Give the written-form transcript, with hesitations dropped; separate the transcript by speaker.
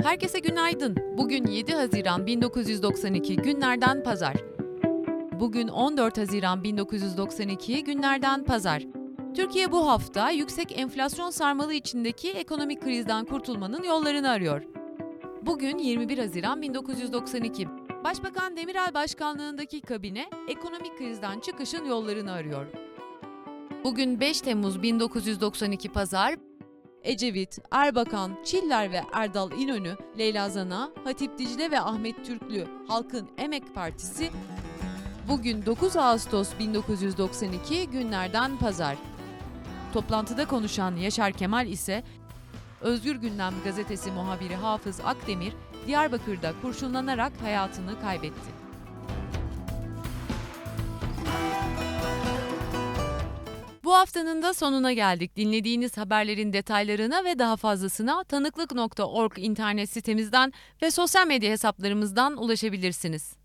Speaker 1: Herkese günaydın. Bugün 7 Haziran 1992 günlerden pazar. Bugün 14 Haziran 1992 günlerden pazar. Türkiye bu hafta yüksek enflasyon sarmalı içindeki ekonomik krizden kurtulmanın yollarını arıyor. Bugün 21 Haziran 1992. Başbakan Demirel başkanlığındaki kabine ekonomik krizden çıkışın yollarını arıyor. Bugün 5 Temmuz 1992 pazar. Ecevit, Erbakan, Çiller ve Erdal İnönü, Leyla Zana, Hatip Dicle ve Ahmet Türklü Halkın Emek Partisi. Bugün 9 Ağustos 1992 günlerden pazar. Toplantıda konuşan Yaşar Kemal ise Özgür Gündem gazetesi muhabiri Hafız Akdemir, Diyarbakır'da kurşunlanarak hayatını kaybetti. Bu haftanın da sonuna geldik. Dinlediğiniz haberlerin detaylarına ve daha fazlasına tanıklık.org internet sitemizden ve sosyal medya hesaplarımızdan ulaşabilirsiniz.